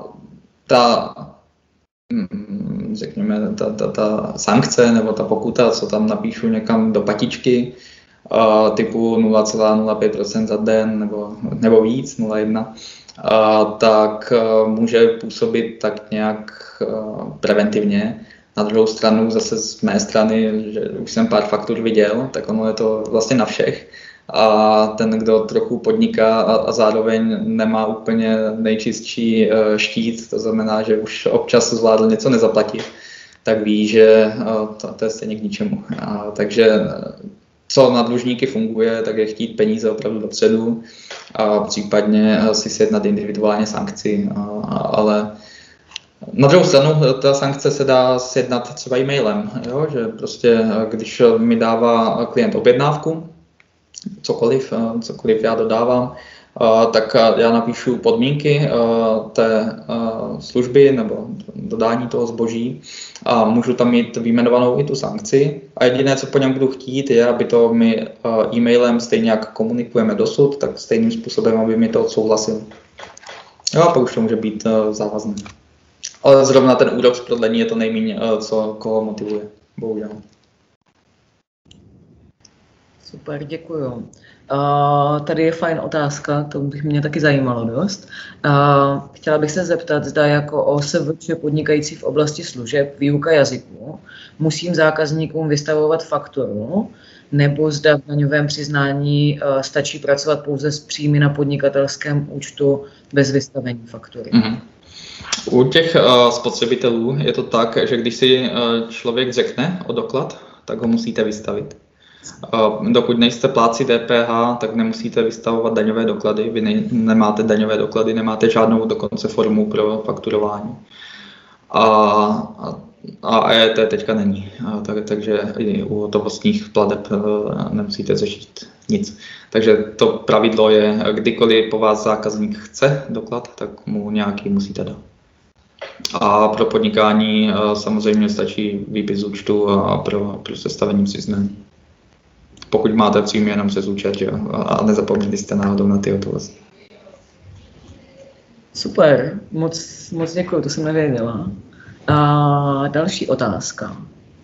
B: řekněme, ta sankce nebo ta pokuta, co tam napíšu někam do patičky, typu 0,05% za den nebo víc, 0,1, tak může působit tak nějak preventivně. Na druhou stranu zase z mé strany, že už jsem pár faktur viděl, tak ono je to vlastně na všech. A ten, kdo trochu podniká a zároveň nemá úplně nejčistší štít, to znamená, že už občas zvládl něco nezaplatit, tak ví, že to je stejně k ničemu. Takže co na dlužníky funguje, tak je chtít peníze opravdu dopředu a případně si sjednat individuálně sankci, ale na druhou stranu ta sankce se dá sjednat třeba e-mailem, jo? Že prostě když mi dává klient objednávku, cokoliv já dodávám, tak já napíšu podmínky té služby nebo dodání toho zboží a můžu tam mít vyjmenovanou i tu sankci. A jediné, co po něm budu chtít, je, aby to mi e-mailem, stejně jak komunikujeme dosud, tak stejným způsobem, aby mi to odsouhlasil. Jo, a pak už to může být závazné. Ale zrovna ten úrok z prodlení je to nejméně, co koho motivuje, bohužel.
C: Super, děkuju. Tady je fajn otázka, to bych mě taky zajímalo dost. Chtěla bych se zeptat, zda jako OSVČ podnikající v oblasti služeb, výuka jazyků, musím zákazníkům vystavovat fakturu, nebo zda v daňovém přiznání stačí pracovat pouze s příjmy na podnikatelském účtu bez vystavení faktury.
B: Mm-hmm. U těch spotřebitelů je to tak, že když si člověk řekne o doklad, tak ho musíte vystavit. Dokud nejste plátci DPH, tak nemusíte vystavovat daňové doklady. Vy nemáte daňové doklady, nemáte žádnou dokonce formu pro fakturování. A EET teďka není, takže i u hotovostních plateb nemusíte řešit nic. Takže to pravidlo je, kdykoliv po vás zákazník chce doklad, tak mu nějaký musíte dát. A pro podnikání samozřejmě stačí výpis z účtu a pro sestavení přiznání. Pokud máte příjmy jenom přes účet a nezapomněli jste náhodou na ty hotovosti.
C: Super, moc děkuji, to jsem nevěděla. A další otázka.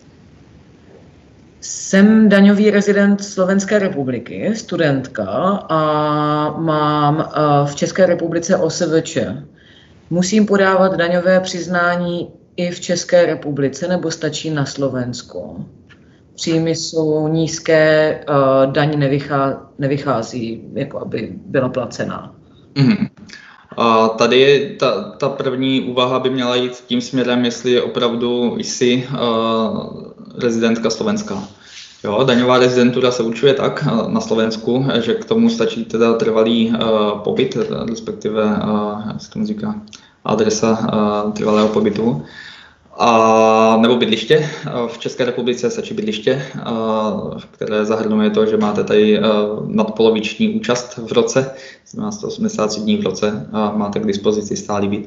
C: Jsem daňový rezident Slovenské republiky, studentka a mám v České republice OSVČ. Musím podávat daňové přiznání i v České republice nebo stačí na Slovensku? Příjmy jsou nízké, daň nevychází, jako aby byla placená.
B: A tady ta první úvaha by měla jít tím směrem, jestli opravdu jsi rezidentka slovenská. Jo, daňová rezidentura se určuje tak na Slovensku, že k tomu stačí teda trvalý pobyt, respektive, jak se tomu říká, adresa trvalého pobytu. Nebo bydliště. V České republice stačí bydliště, které zahrnuje to, že máte tady nadpoloviční účast v roce, znamená 183 dní v roce a máte k dispozici stálý byt.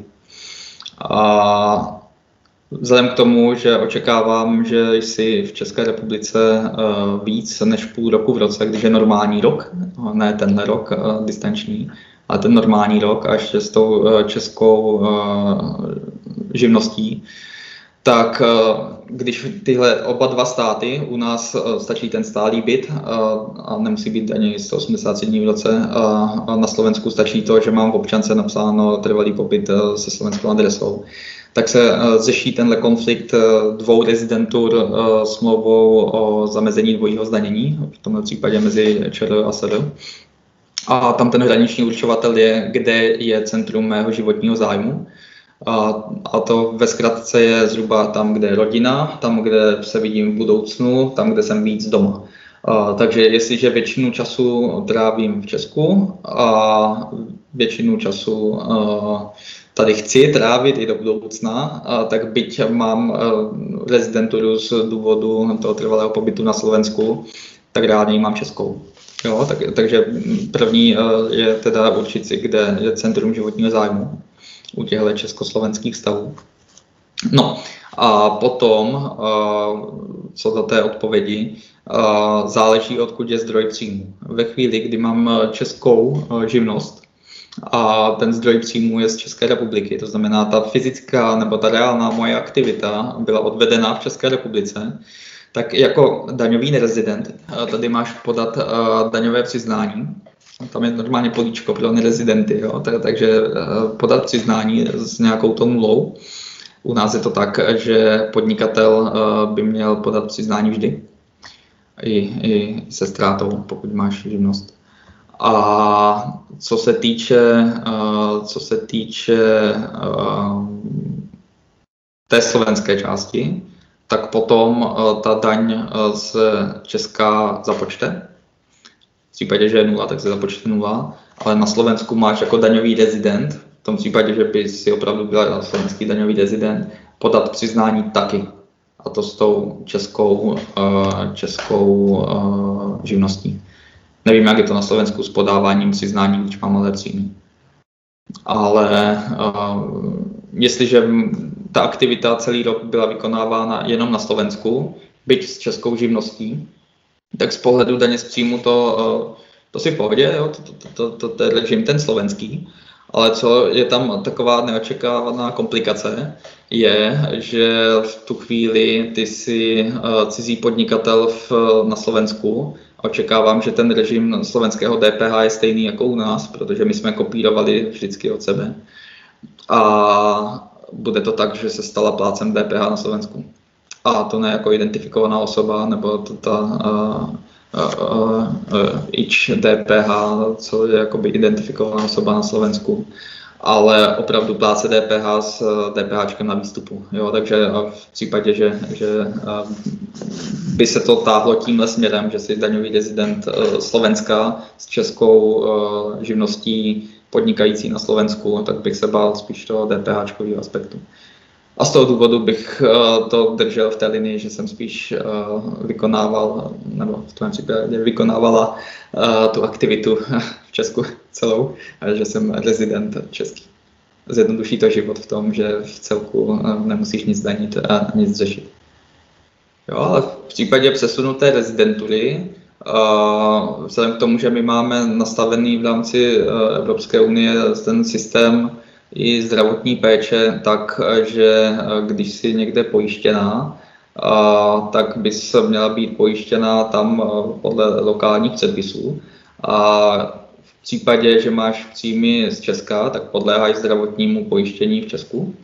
B: Vzhledem k tomu, že očekávám, že jsi v České republice víc než půl roku v roce, když je normální rok, ne tenhle rok distanční, ale ten normální rok a ještě s tou českou živností, tak když tyhle oba dva státy, u nás stačí ten stálý byt a nemusí být ani 183 dní v roce, a na Slovensku stačí to, že mám v občance napsáno trvalý pobyt se slovenskou adresou, tak se řeší tenhle konflikt dvou rezidentur smlouvou o zamezení dvojího zdanění, v tomto případě mezi ČR a SR. A tam ten hraniční určovatel je, kde je centrum mého životního zájmu. A to ve zkratce je zhruba tam, kde je rodina, tam, kde se vidím v budoucnu, tam, kde jsem víc doma. Takže jestliže většinu času trávím v Česku a většinu času tady chci trávit i do budoucna, tak byť mám rezidenturu z důvodu toho trvalého pobytu na Slovensku, tak reálně mám českou. Jo, takže první je teda určit si, kde je centrum životního zájmu u těchto československých vztahů. No a potom, co do té odpovědi, záleží, odkud je zdroj příjmu. Ve chvíli, kdy mám českou živnost a ten zdroj příjmu je z České republiky, to znamená ta fyzická nebo ta reálná moje aktivita byla odvedena v České republice, tak jako daňový nerezident tady máš podat daňové přiznání. Tam je normálně políčko pro nerezidenty, jo? Takže podat přiznání s nějakou tou nulou. U nás je to tak, že podnikatel by měl podat přiznání vždy. I se ztrátou, pokud máš živnost. A co se týče té slovenské části, tak potom ta daň z Česka započte. V případě, že je 0, tak se započte 0, ale na Slovensku máš jako daňový rezident, v tom případě, že by si opravdu byl slovenský daňový rezident, podat přiznání taky. A to s tou českou živností. Nevím, jak je to na Slovensku s podáváním přiznání, když mám malé příjmy. Ale jestliže ta aktivita celý rok byla vykonávána jenom na Slovensku, byť s českou živností, tak z pohledu daně z příjmu to si v pohodě, jo? To je režim ten slovenský, ale co je tam taková neočekávaná komplikace, je, že v tu chvíli ty jsi cizí podnikatel na Slovensku a očekávám, že ten režim slovenského DPH je stejný jako u nás, protože my jsme kopírovali vždycky od sebe. A bude to tak, že se stala plátcem DPH na Slovensku. A to ne jako identifikovaná osoba, nebo ta IČ DPH, co je jakoby identifikovaná osoba na Slovensku. ale opravdu pláce DPH s DPHčkem na výstupu. Jo? Takže v případě, že by se to táhlo tímhle směrem, že si daňový rezident Slovenska s českou živností podnikající na Slovensku, tak bych se bál spíš toho DPHčkového aspektu. A z toho důvodu bych to držel v té linii, že jsem spíš vykonával, nebo v tom případě vykonávala tu aktivitu v Česku celou, a že jsem rezident český. Zjednoduší to život v tom, že v celku nemusíš nic danit a nic řešit. Jo, ale v případě přesunuté rezidentury, vzhledem k tomu, že my máme nastavený v rámci Evropské unie ten systém i zdravotní péče, takže když jsi někde pojištěná, tak bys měla být pojištěná tam podle lokálních předpisů. A v případě, že máš příjmy z Česka, tak podléháš zdravotnímu pojištění v Česku.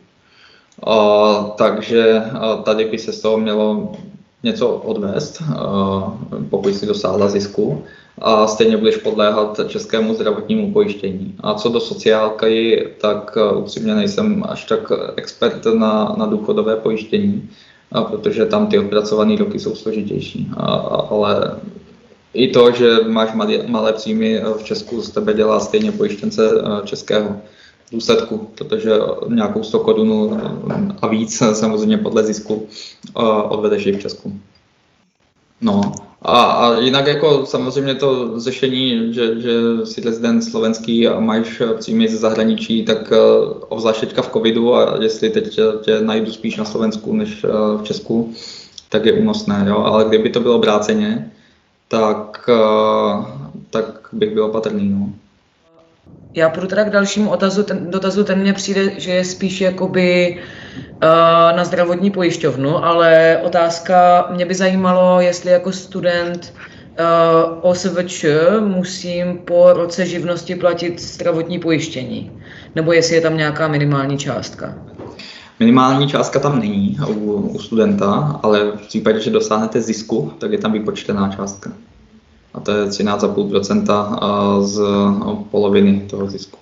B: Takže tady by se z toho mělo něco odvést, pokud si dosáhla zisku, a stejně budeš podléhat českému zdravotnímu pojištění. A co do sociálky, tak upřímně nejsem až tak expert na důchodové pojištění, protože tam ty odpracované roky jsou složitější. Ale i to, že máš malé příjmy v Česku, z tebe dělá stejně pojištěnce českého důsledku, protože nějakou 100 korun a víc samozřejmě podle zisku odvedeš i v Česku. No a jinak jako samozřejmě to řešení, že jsi rezident slovenský a máš příjmy ze zahraničí, tak obzvlášť teďka v covidu, a jestli teď tě najdu spíš na Slovensku než v Česku, tak je únosné, jo? Ale kdyby to bylo obráceně, tak bych byl opatrný. No.
C: Já půjdu teda k dalšímu dotazu, ten mně přijde, že je spíš jakoby na zdravotní pojišťovnu, ale otázka, mě by zajímalo, jestli jako student OSVČ musím po roce živnosti platit zdravotní pojištění, nebo jestli je tam nějaká minimální částka.
B: Minimální částka tam není u studenta, ale v případě, že dosáhnete zisku, tak je tam vypočtená částka. A to je 13,5% z poloviny toho zisku.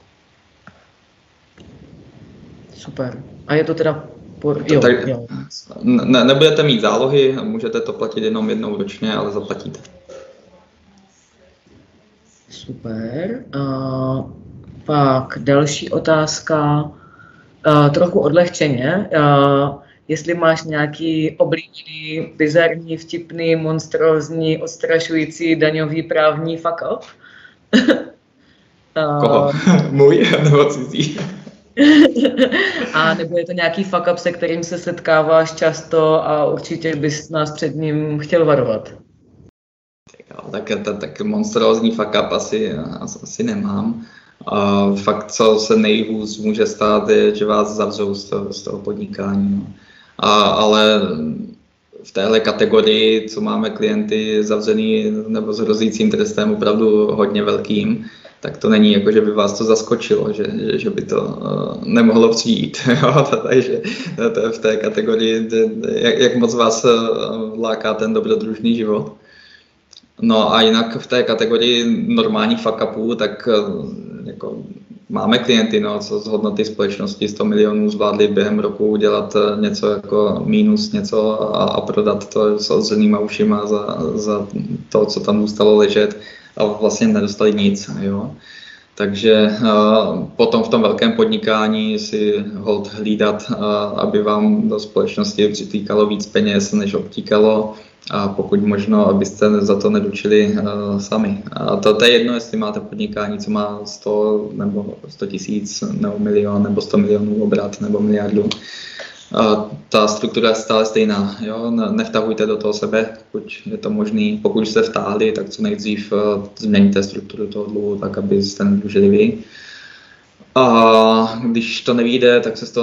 C: Super. A je to teda... Jo.
B: Nebudete mít zálohy, můžete to platit jenom jednou ročně, ale zaplatíte.
C: Super. Pak další otázka, trochu odlehčeně. Jestli máš nějaký oblíbený, bizarní, vtipný, monstrózní, odstrašující daňový právní fuck up?
B: Koho? Můj nebo cizí?
C: A nebo je to nějaký fuck up, se kterým se setkáváš často a určitě bys nás před ním chtěl varovat?
B: Tak monstrózní fuck up asi nemám. Fakt, co se nejhůř může stát, je, že vás zavřou z toho podnikání. No. Ale v téhle kategorii, co máme klienty zavřený nebo s hrozícím trestem opravdu hodně velkým, tak to není jako, že by vás to zaskočilo, že by to nemohlo přijít. Jo? Takže v té kategorii, jak moc vás láká ten dobrodružný život. No a jinak v té kategorii normálních fuck upů, tak jako máme klienty, no, co z hodnoty společnosti 100 milionů zvládli během roku udělat něco jako mínus něco a prodat to s odřenýma ušima za to, co tam zůstalo ležet, a vlastně nedostali nic. Jo. Takže potom v tom velkém podnikání si holt hlídat, aby vám do společnosti přitýkalo víc peněz, než obtíkalo, a pokud možno, abyste za to neručili sami. A to je jedno, jestli máte podnikání, co má 100 nebo 100 tisíc, nebo milion, nebo 100 milionů obrat, nebo miliardu. Ta struktura je stále stejná. Jo? Nevtahujte do toho sebe, pokud je to možný. Pokud jste vtáhli, tak co nejdřív změníte strukturu toho dluhu, tak abyste nedlužili vy. A když to nevyjde, tak se z toho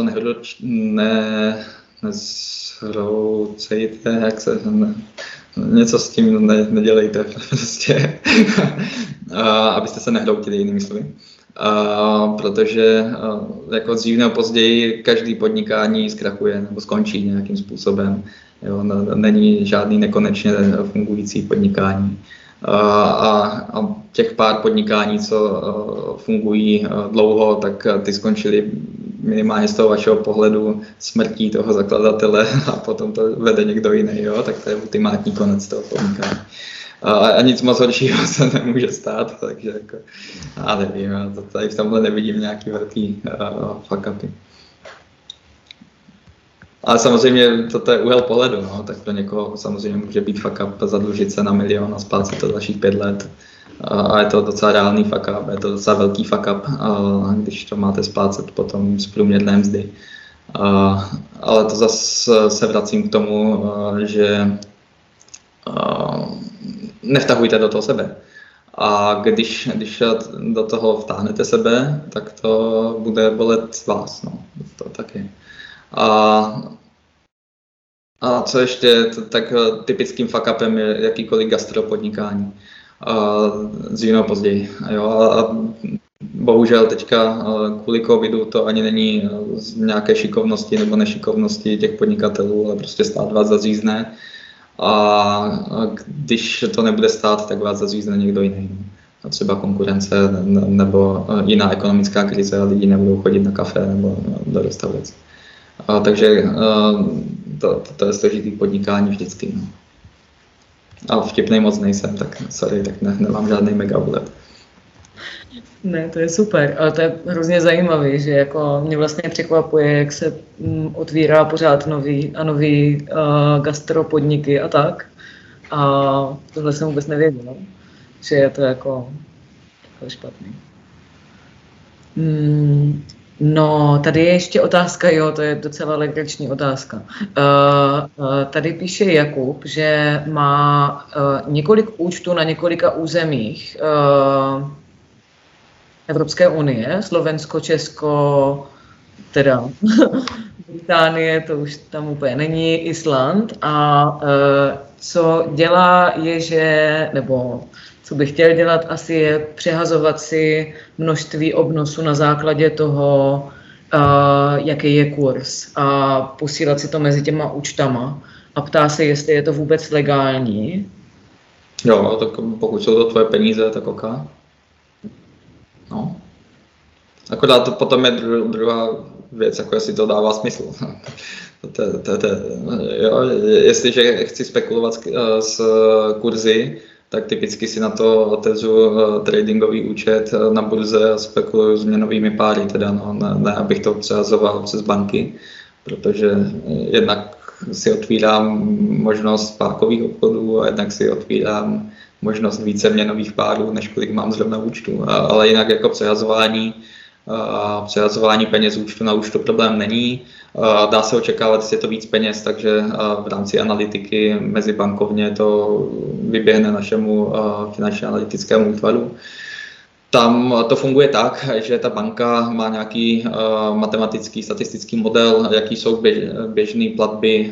B: nezhroucejte, jak se... Něco s tím nedělejte prostě, abyste se nehroutili, jinými slovy. Protože jako dřív nebo později každý podnikání zkrachuje nebo skončí nějakým způsobem. Jo, není žádný nekonečně fungující podnikání. a těch pár podnikání, co fungují dlouho, tak ty skončily minimálně z toho vašeho pohledu smrtí toho zakladatele a potom to vede někdo jiný, jo? Tak to je ultimátní konec toho podnikání. A nic moc horšího se nemůže stát, takže jako, já nevím, já to tady v tomhle nevidím nějaký velký fuck upy. Ale samozřejmě to je úhel pohledu, no, tak pro někoho samozřejmě může být fuck up zadlužit se na 1 milion a spát si to dalších 5 let. A je to docela reálný fuck up, je to docela velký fuck up, když to máte splácet potom z průměrné mzdy. Ale to zase se vracím k tomu, že nevtahujte do toho sebe. A když do toho vtáhnete sebe, tak to bude bolet vás, no, to taky. A co ještě, tak typickým fuck upem je jakýkoliv gastropodnikání. Z jiného později. Jo? A bohužel teďka kvůli covidu to ani není z nějaké šikovnosti nebo nešikovnosti těch podnikatelů, ale prostě stát vás zařízne. A když to nebude stát, tak vás zařízne někdo jiný. A třeba konkurence nebo jiná ekonomická krize a lidi nebudou chodit na kafe nebo do restaurace. Takže to je složitý podnikání vždycky. No. A vtipnej moc nejsem, tak sorry, tak nemám žádný mega úlet.
C: Ne, to je super, ale to je hrozně zajímavý, že jako mě vlastně překvapuje, jak se otvírá pořád nový gastropodniky a tak. A tohle jsem vůbec nevěděla, že je to jako špatný. No, tady je ještě otázka, jo, to je docela legrační otázka. Tady píše Jakub, že má několik účtů na několika územích Evropské unie, Slovensko, Česko, teda Británie, to už tam úplně není, Island. A co dělá je, že, nebo co bych chtěl dělat, asi je přehazovat si množství obnosu na základě toho, jaký je kurz, a posílat si to mezi těma účtama a ptá se, jestli je to vůbec legální.
B: Jo, tak pokud jsou to tvoje peníze, tak ok. No. Akorát to potom je druhá věc, jako jestli to dává smysl. Jo, jestliže chci spekulovat s kurzy, tak typicky si na to otevřu tradingový účet na burze a spekuluju s měnovými páry, teda ne abych to přehazoval přes banky, protože jednak si otvírám možnost pákových obchodů a jednak si otvírám možnost více měnových párů, než kolik mám zrovna účtu. Ale jinak jako přehazování peněz účtu na účtu problém není. Dá se očekávat, jestli je to víc peněz, takže v rámci analytiky mezibankovně to vyběhne našemu finančně analytickému útvaru. Tam to funguje tak, že ta banka má nějaký matematický, statistický model, jaký jsou běžné platby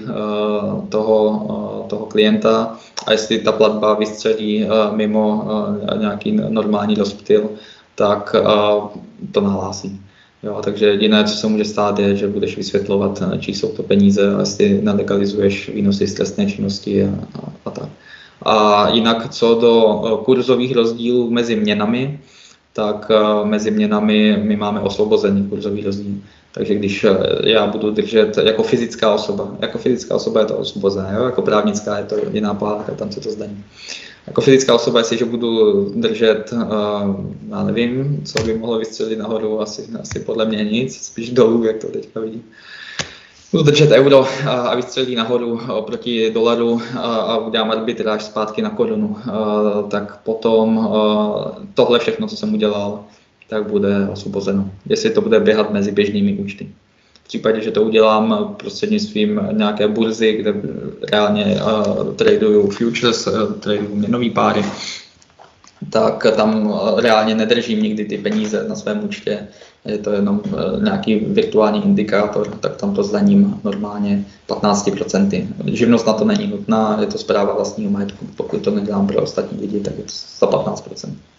B: toho klienta, a jestli ta platba vystřelí mimo nějaký normální rozptyl, tak to nahlásí. Jo, takže jediné, co se může stát, je, že budeš vysvětlovat, čí jsou to peníze, a jestli nelegalizuješ výnosy z trestné činnosti a tak. A jinak co do kurzových rozdílů mezi měnami, tak mezi měnami my máme osvobozený kurzový rozdíl. Takže když já budu držet jako fyzická osoba je to osvobozené, jo? Jako právnická je to jiná pohádka, tam se to zdaní. Jako fyzická osoba, jestliže budu držet, já nevím, co by mohlo vystřelit nahoru, asi podle mě nic, spíš dolů, jak to teďka vidím. Budu držet euro a vystřelí nahoru oproti dolaru a udělám arbitráž zpátky na korunu, tak potom tohle všechno, co jsem udělal, tak bude osvobozeno. Jestli to bude běhat mezi běžnými účty. V případě, že to udělám prostřednictvím nějaké burzy, kde reálně traduju futures, traduju měnové páry, tak tam reálně nedržím nikdy ty peníze na svém účtě. Je to jenom nějaký virtuální indikátor, tak tam to zdaním normálně 15%. Živnost na to není nutná, je to správa vlastního majetku. Pokud to nedělám pro ostatní lidi, tak je to za 15%.